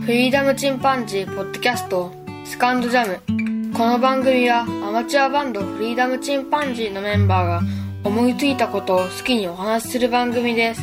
フリーダムチンパンジーポッドキャストセカンドジャム。この番組はアマチュアバンドフリーダムチンパンジーのメンバーが思いついたことを好きにお話しする番組です。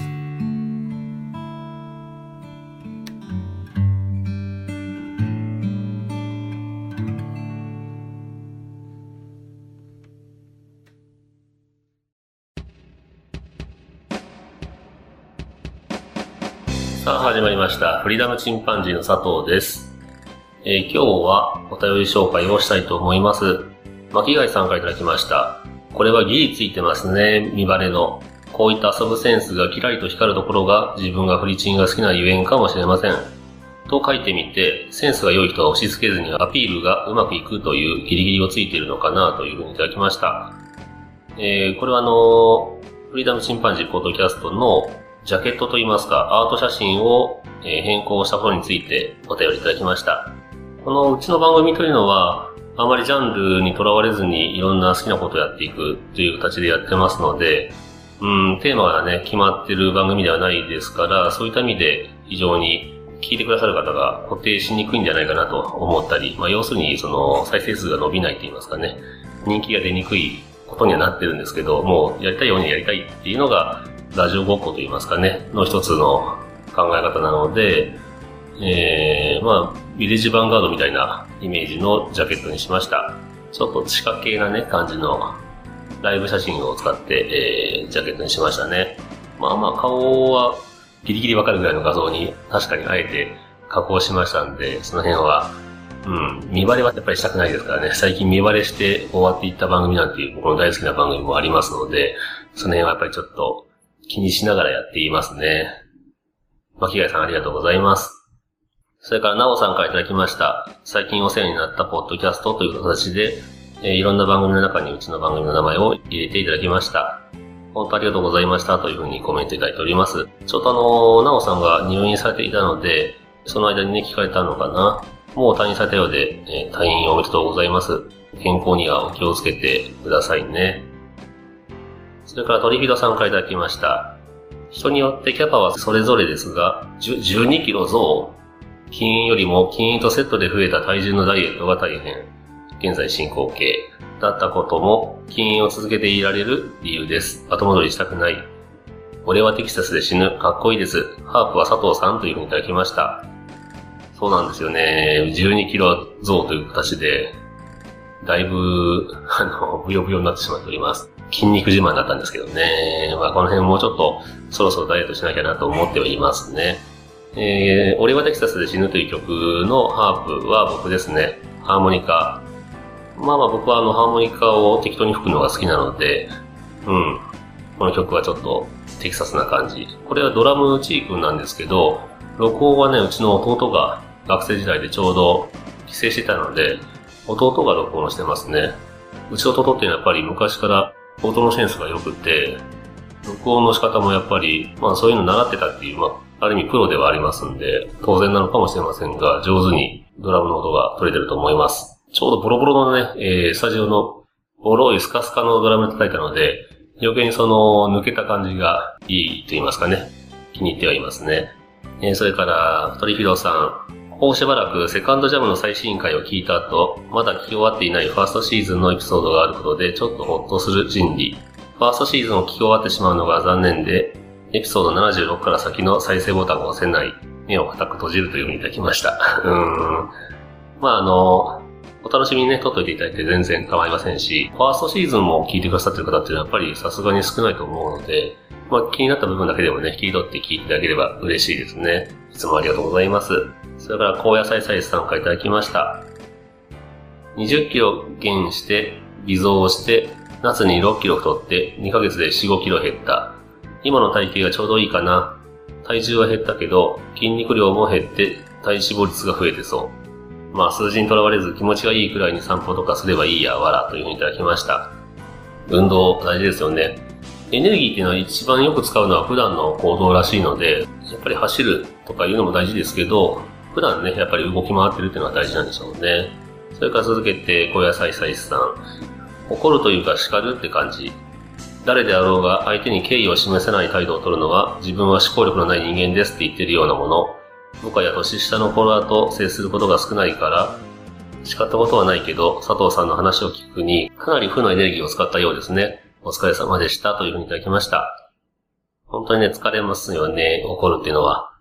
さあ始まりましたフリーダムチンパンジーの佐藤です。今日はお便り紹介をしたいと思います。巻貝さんからいただきました。これはギリついてますね、見バレの。こういった遊ぶセンスがキラリと光るところが自分がフリチンが好きなゆえんかもしれません。と書いてみて、センスが良い人は押し付けずにアピールがうまくいくというギリギリをついているのかなというふうにいただきました。これはフリーダムチンパンジーポッドキャストのジャケットといいますか、アート写真を変更したことについてお便りいただきました。このうちの番組というのは、あまりジャンルにとらわれずにいろんな好きなことをやっていくという形でやってますので、テーマがね、決まってる番組ではないですから、そういった意味で非常に聞いてくださる方が固定しにくいんじゃないかなと思ったり、要するに再生数が伸びないと言いますかね、人気が出にくいことにはなってるんですけど、もうやりたいようにやりたいっていうのが、ラジオごっこと言いますかね、の一つの考え方なので、ビレッジヴァンガードみたいなイメージのジャケットにしました。ちょっと地下系なね、感じのライブ写真を使って、ジャケットにしましたね。顔はギリギリわかるぐらいの画像に確かにあえて加工しましたんで、その辺は、見バレはやっぱりしたくないですからね。最近見バレして終わっていった番組なんていう僕の大好きな番組もありますので、その辺はやっぱりちょっと気にしながらやっていますね。巻貝さんありがとうございます。それからなおさんからいただきました。最近お世話になったポッドキャストという形で、いろんな番組の中にうちの番組の名前を入れていただきました。本当ありがとうございましたというふうにコメントいただいております。ちょっとなおさんが入院されていたので、その間にね聞かれたのかな。もう退院されたようで、退院おめでとうございます。健康にはお気をつけてくださいね。それからトリフィドさんからいただきました。人によってキャパはそれぞれですが、12キロ増。禁煙よりも禁煙とセットで増えた体重のダイエットが大変。現在進行形。だったことも禁煙を続けていられる理由です。後戻りしたくない。俺はテキサスで死ぬ。かっこいいです。ハープは佐藤さんというふうにいただきました。そうなんですよね。12キロ増という形で、だいぶ、ブヨブヨになってしまっております。筋肉自慢だったんですけどね。この辺もうちょっとそろそろダイエットしなきゃなと思ってはいますね。俺はテキサスで死ぬという曲のハープは僕ですね。ハーモニカ。僕はハーモニカを適当に吹くのが好きなので、この曲はちょっとテキサスな感じ。これはドラムチー君なんですけど、録音はね、うちの弟が学生時代でちょうど帰省してたので、弟が録音してますね。うちの弟っていうのはやっぱり昔から音のセンスが良くて、録音の仕方もやっぱり、そういうの習ってたっていう、ある意味プロではありますんで、当然なのかもしれませんが、上手にドラムの音が取れてると思います。ちょうどボロボロのね、スタジオのボロいスカスカのドラムで叩いたので、余計に抜けた感じがいいと言いますかね。気に入ってはいますね。それから、トリフィドさん。ここしばらくセカンドジャムの最新回を聞いた後、まだ聞き終わっていないファーストシーズンのエピソードがあることでちょっとホッとする心理。ファーストシーズンを聞き終わってしまうのが残念で、エピソード76から先の再生ボタンを押せない、目を固く閉じるという風にいただきました。お楽しみにね、撮っといていただいて全然構いませんし、ファーストシーズンも聞いてくださってる方っていうのはやっぱりさすがに少ないと思うので、気になった部分だけでもね、切り取って聞いていただければ嬉しいですね。いつもありがとうございます。それから、高野菜サイズさんからいただきました。20キロ減して、微増して、夏に6キロ太って、2ヶ月で4、5キロ減った。今の体型がちょうどいいかな。体重は減ったけど、筋肉量も減って、体脂肪率が増えてそう。数字にとらわれず気持ちがいいくらいに散歩とかすればいいや、わら、というふうにいただきました。運動大事ですよね。エネルギーっていうのは一番よく使うのは普段の行動らしいので、やっぱり走るとかいうのも大事ですけど、普段ね、やっぱり動き回ってるっていうのは大事なんでしょうね。それから続けて、小野菜サイスさん。怒るというか叱るって感じ。誰であろうが相手に敬意を示せない態度を取るのは、自分は思考力のない人間ですって言ってるようなもの。 僕は年下の頃だと接することが少ないから、叱ったことはないけど、佐藤さんの話を聞くに、かなり負のエネルギーを使ったようですね。お疲れ様でしたというふうにいただきました。本当にね、疲れますよね、怒るっていうのは。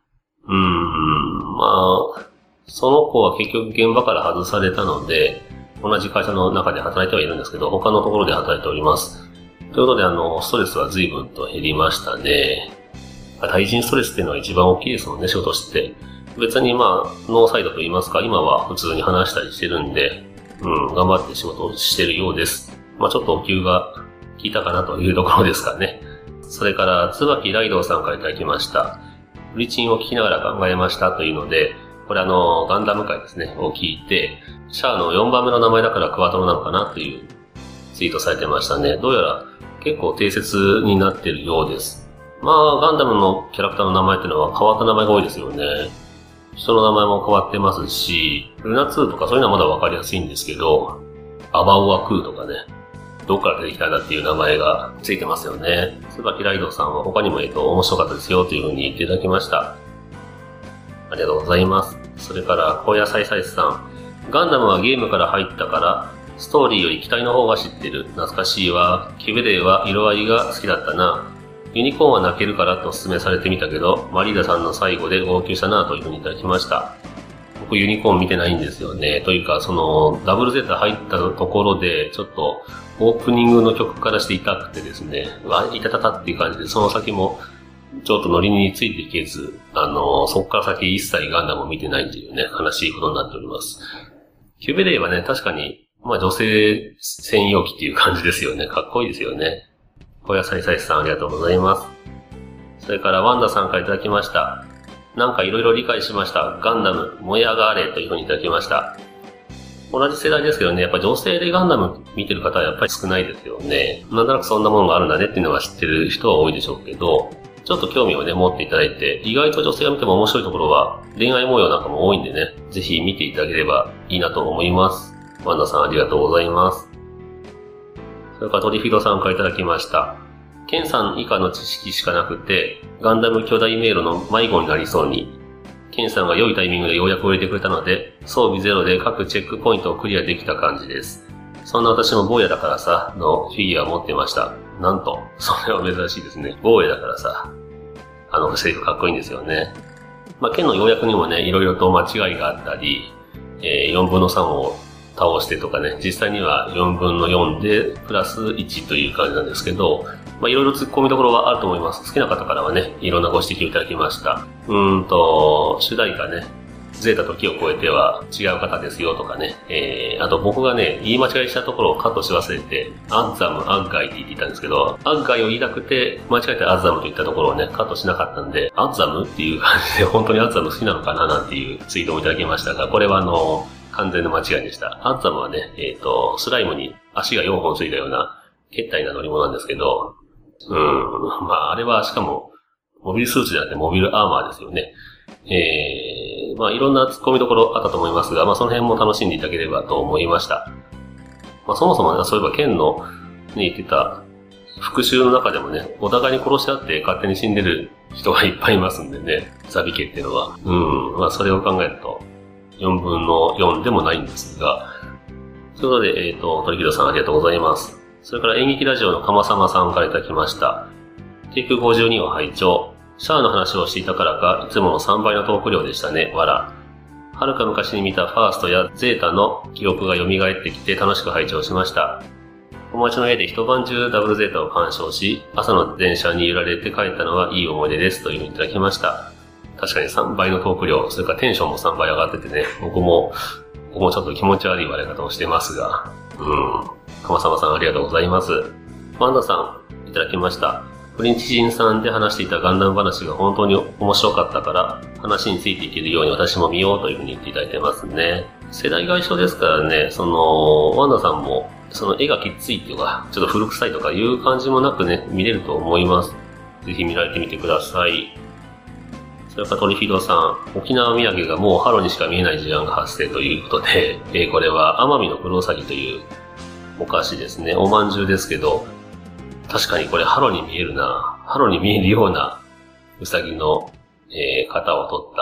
その子は結局現場から外されたので、同じ会社の中で働いてはいるんですけど、他のところで働いております。ということで、ストレスは随分と減りましたね。対人ストレスっていうのは一番大きいですもんね、仕事して。別にノーサイドと言いますか、今は普通に話したりしてるんで、頑張って仕事をしてるようです。ちょっとお給が効いたかなというところですかね。それから、椿ライドウさんからいただきました。フリチンを聞きながら考えましたというので、これガンダム会ですね、を聞いて、シャアの4番目の名前だからクワトロなのかなというツイートされてましたね。どうやら結構定説になっているようです。ガンダムのキャラクターの名前っていうのは変わった名前が多いですよね。人の名前も変わってますし、ルナ2とかそういうのはまだわかりやすいんですけど、アバオアクーとかね、どっから出てきたんだっていう名前がついてますよね。椿ライドさんは他にも面白かったですよというふうに言っていただきました。ありがとうございます。それから、高野菜サイスさん。ガンダムはゲームから入ったから、ストーリーより機体の方が知ってる。懐かしいわ。キュベレイは色合いが好きだったな。ユニコーンは泣けるからとお勧めされてみたけど、マリーダさんの最後で号泣したなというふうにいただきました。僕ユニコーン見てないんですよね。というか、ダブルゼータ入ったところで、ちょっとオープニングの曲からして痛くてですね、いたたたっていう感じで、その先も、ちょっとノリについていけず、そっから先一切ガンダムを見てないっていうね、悲しいことになっております。キュベレイはね、確かに、女性専用機っていう感じですよね。かっこいいですよね。小野菜サイスさんありがとうございます。それからワンダさんからいただきました。なんかいろいろ理解しました。ガンダム、燃え上がれというふうにいただきました。同じ世代ですけどね、やっぱ女性でガンダム見てる方はやっぱり少ないですよね。なんとなくそんなものがあるんだねっていうのは知ってる人は多いでしょうけど、ちょっと興味をね、持っていただいて、意外と女性が見ても面白いところは、恋愛模様なんかも多いんでね、ぜひ見ていただければいいなと思います。ワンダさんありがとうございます。それからトリフィドさんからいただきました。ケンさん以下の知識しかなくて、ガンダム巨大迷路の迷子になりそうに、ケンさんが良いタイミングでようやく入れてくれたので、装備ゼロで各チェックポイントをクリアできた感じです。そんな私も坊やだからさ、のフィギュアを持ってました。なんと、それは珍しいですね。坊やだからさ、セリフかっこいいんですよね。剣の要約にもね、いろいろと間違いがあったり、4分の3を倒してとかね、実際には4分の4でプラス1という感じなんですけど、いろいろ突っ込みどころはあると思います。好きな方からはね、いろんなご指摘をいただきました。主題歌ね、ゼータ時を超えては違う方ですよとかね、あと僕がね、言い間違いしたところをカットし忘れて、アッザム、アッガイって言っていたんですけど、アッガイを言いたくて、間違えてアッザムと言ったところをね、カットしなかったんで、アッザムっていう感じで、本当にアッザム好きなのかななんていうツイートをいただきましたが、これは完全な間違いでした。アッザムはね、スライムに足が4本ついたような、決体な乗り物なんですけど、あれはしかも、モビルスーツじゃなくてモビルアーマーですよね。いろんな突っ込みどころあったと思いますが、その辺も楽しんでいただければと思いました。そもそもね、そういえば剣のね、言ってた復讐の中でもね、お互いに殺し合って勝手に死んでる人がいっぱいいますんでね、ザビ家っていうのは。それを考えると、4分の4でもないんですが、ということで、トリキドさんありがとうございます。それから演劇ラジオのかまさまさんからいただきました。テイク52を拝聴。シャアの話をしていたからか、いつもの3倍のトーク量でしたね、わら。はるか昔に見たファーストやゼータの記憶が蘇ってきて楽しく拝聴しました。友達の家で一晩中ダブルゼータを鑑賞し、朝の電車に揺られて帰ったのはいい思い出ですというふうにいただきました。確かに3倍のトーク量、それからテンションも3倍上がっててね、僕もちょっと気持ち悪い笑い方をしてますが、かまさまさんありがとうございます。ワンダさん、いただきました。フレンチ人さんで話していたガンダム話が本当に面白かったから、話についていけるように私も見ようというふうに言っていただいてますね。世代が一緒ですからね、ワンダさんも、絵がきついっていうか、ちょっと古臭いとかいう感じもなくね、見れると思います。ぜひ見られてみてください。それからトリフィドさん、沖縄土産がもうハロにしか見えない事案が発生ということで、これは奄美のクロウサギというお菓子ですね。お饅頭ですけど、確かにこれハロに見えるようなウサギの、型を取った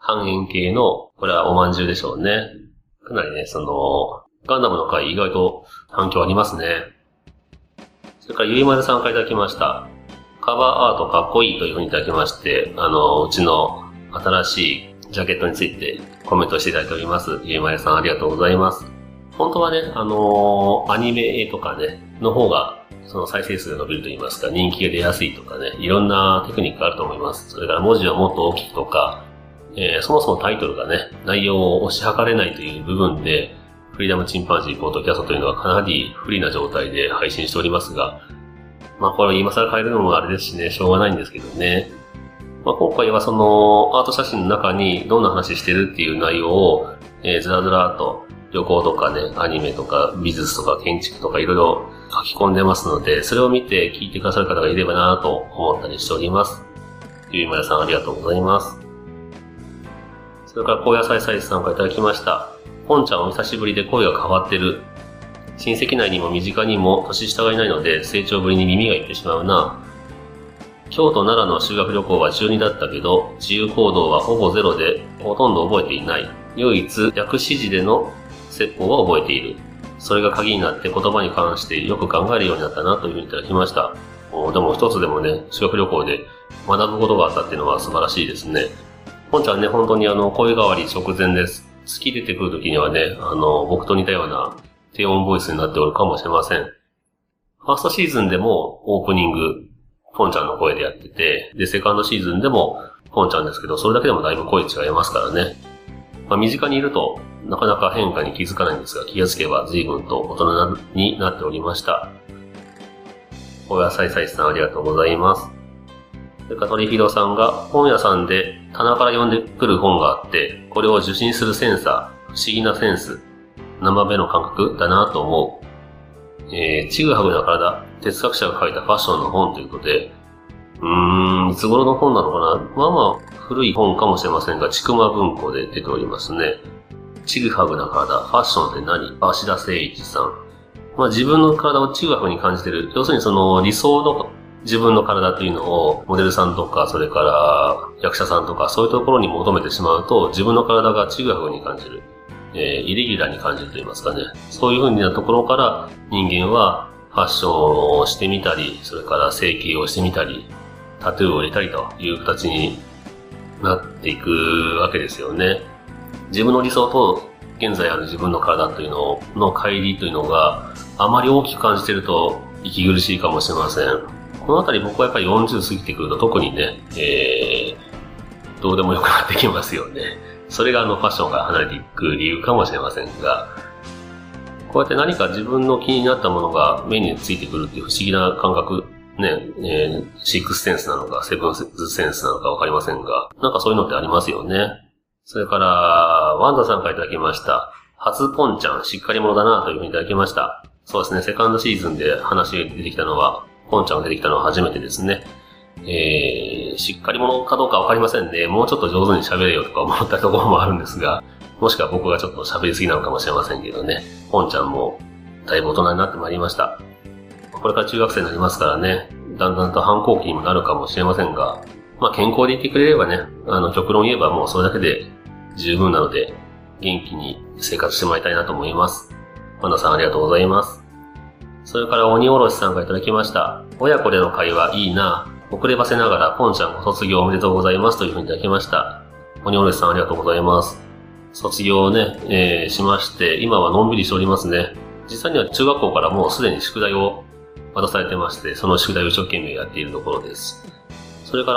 半円形の、これはおまんじゅうでしょうね。かなりね、ガンダムの回意外と反響ありますね。それからゆいまるさんからいただきました。カバーアートかっこいいというふうにいただきまして、うちの新しいジャケットについてコメントしていただいております。ゆいまるさんありがとうございます。本当はね、アニメとかね、の方が、その再生数が伸びると言いますか、人気が出やすいとかね、いろんなテクニックがあると思います。それから文字をもっと大きくとか、そもそもタイトルがね、内容を推し量れないという部分で、フリーダムチンパンジーポッドキャストというのはかなり不利な状態で配信しておりますが、まあこれ今更変えるのもあれですしね、しょうがないんですけどね。まあ今回はそのアート写真の中にどんな話してるっていう内容を、ずらずらと旅行とかね、アニメとか美術とか建築とかいろいろ書き込んでますので、それを見て聞いてくださる方がいればなと思ったりしております。ゆいまるさんありがとうございます。それから高野菜サイズさんからいただきました。ポンちゃんお久しぶりで声が変わってる。親戚内にも身近にも年下がいないので成長ぶりに耳がいってしまうな。京都奈良の修学旅行は中2だったけど、自由行動はほぼゼロでほとんど覚えていない。唯一訳詞字での説法は覚えている。それが鍵になって言葉に関してよく考えるようになったなというふうにいただきました。でも一つでもね、修学旅行で学ぶことがあったっていうのは素晴らしいですね。ポンちゃんね、本当に声変わり直前です。月出てくるときにはね、僕と似たような低音ボイスになっておるかもしれません。ファーストシーズンでもオープニング、ポンちゃんの声でやってて、で、セカンドシーズンでもポンちゃんですけど、それだけでもだいぶ声違いますからね。まあ、身近にいると、なかなか変化に気づかないんですが、気がつけば随分と大人になっておりました。お野菜サイズさんありがとうございます。それから鳥ひろさんが、本屋さんで棚から読んでくる本があって、これを受信するセンサー、不思議なセンス、生目の感覚だなと思う。ちぐはぐな体、哲学者が書いたファッションの本ということで、いつ頃の本なのかな。まあまあ古い本かもしれませんが、ちくま文庫で出ておりますね。ちぐはぐな体、ファッションって何？芦田誠一さん。まあ自分の体をちぐはぐに感じてる。要するにその理想の自分の体というのをモデルさんとか、それから役者さんとかそういうところに求めてしまうと、自分の体がちぐはぐに感じる。イレギュラーに感じると言いますかね。そういう風なところから人間はファッションをしてみたり、それから整形をしてみたり、タトゥーを入れたりという形になっていくわけですよね。自分の理想と現在ある自分の体というのの乖離というのがあまり大きく感じていると息苦しいかもしれません。このあたり僕はやっぱり40過ぎてくると特にね、どうでもよくなってきますよね。それがファッションから離れていく理由かもしれませんが、こうやって何か自分の気になったものが目についてくるっていう不思議な感覚、ね、シックスセンスなのか、セブンズセンスなのかわかりませんが、なんかそういうのってありますよね。それから、ワンダさんからいただきました。初ポンちゃん、しっかり者だなというふうにいただきました。そうですね、セカンドシーズンで話が出てきたのは、ポンちゃんが出てきたのは初めてですね。しっかり者かどうかわかりませんね。もうちょっと上手に喋れよとか思ったところもあるんですが、もしくは僕がちょっと喋りすぎなのかもしれませんけどね。ポンちゃんもだいぶ大人になってまいりました。これから中学生になりますからね、だんだんと反抗期にもなるかもしれませんが、まあ健康でいてくれればね、極論言えばもうそれだけで十分なので、元気に生活してもらいたいなと思います。パンダさんありがとうございます。それから鬼おろしさんがいただきました。親子での会話いいな。遅ればせながらポンちゃんご卒業おめでとうございますというふうにいただきました。鬼おろしさんありがとうございます。卒業をね、しまして、今はのんびりしておりますね。実際には中学校からもうすでに宿題を渡されてまして、その宿題を一生懸命やっているところです。それから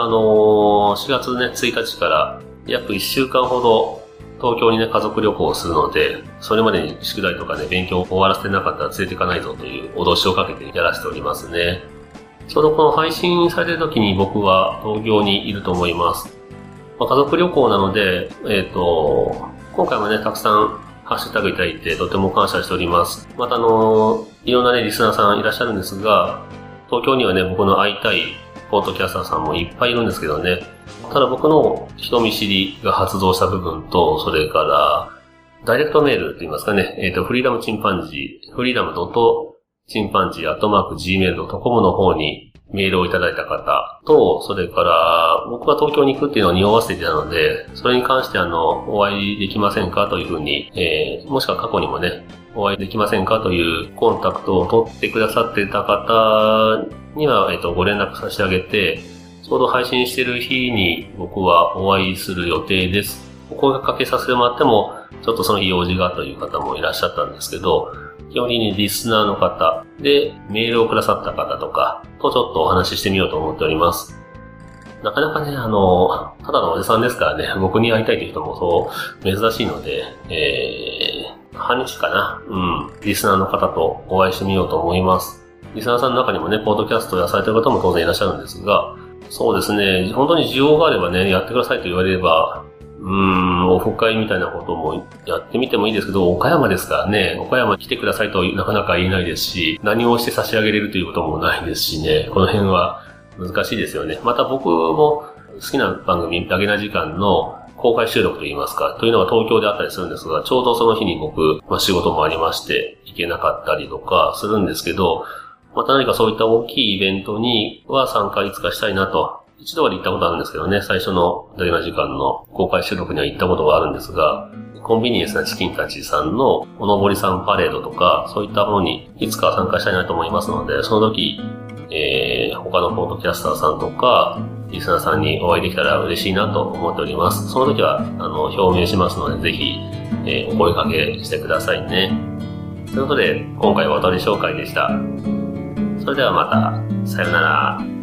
4月ね、1日から約1週間ほど東京にね、家族旅行をするので、それまでに宿題とかね、勉強を終わらせてなかったら連れていかないぞという脅しをかけてやらせておりますね。ちょうどこの配信されてる時に僕は東京にいると思います。家族旅行なので、今回もね、たくさんハッシュタグいただいてとても感謝しております。またいろんなね、リスナーさんいらっしゃるんですが、東京にはね、僕の会いたいポッドキャスターさんもいっぱいいるんですけどね。ただ僕の人見知りが発動した部分と、それから、ダイレクトメールと言いますかね、フリーダムチンパンジー、フリーダムチンパンジー@gmail.com の方に、 メールをいただいた方と、それから僕が東京に行くっていうのを匂わせていたので、それに関してお会いできませんかというふうに、もしくは過去にもね、お会いできませんかというコンタクトを取ってくださっていた方には、ご連絡差し上げて、ちょうど配信している日に僕はお会いする予定です。お声掛けさせてもらっても、ちょっとその日用事がという方もいらっしゃったんですけど、基本的にリスナーの方でメールをくださった方とかとちょっとお話ししてみようと思っております。なかなかね、ただのおじさんですからね、僕に会いたいという人もそう珍しいので、半日かな、リスナーの方とお会いしてみようと思います。リスナーさんの中にもね、ポッドキャストをやされている方も当然いらっしゃるんですが、そうですね、本当に需要があればね、やってくださいと言われれば、オフ会みたいなこともやってみてもいいですけど、岡山ですからね、岡山来てくださいとなかなか言えないですし、何をして差し上げれるということもないですしね、この辺は難しいですよね。また僕も好きな番組、ダゲな時間の公開収録といいますか、というのが東京であったりするんですが、ちょうどその日に僕、仕事もありまして、行けなかったりとかするんですけど、また何かそういった大きいイベントには参加いつかしたいなと。一度は行ったことあるんですけどね、最初のダゲな時間の公開収録には行ったことがあるんですが、コンビニエンスなチキンたちさんのおのぼりさんパレードとか、そういったものにいつか参加したいなと思いますので、その時、他のポッドキャスターさんとか、リスナーさんにお会いできたら嬉しいなと思っております。その時は、表明しますので、ぜひ、お声掛けしてくださいね。ということで、今回はお便り紹介でした。それではまた、さよなら。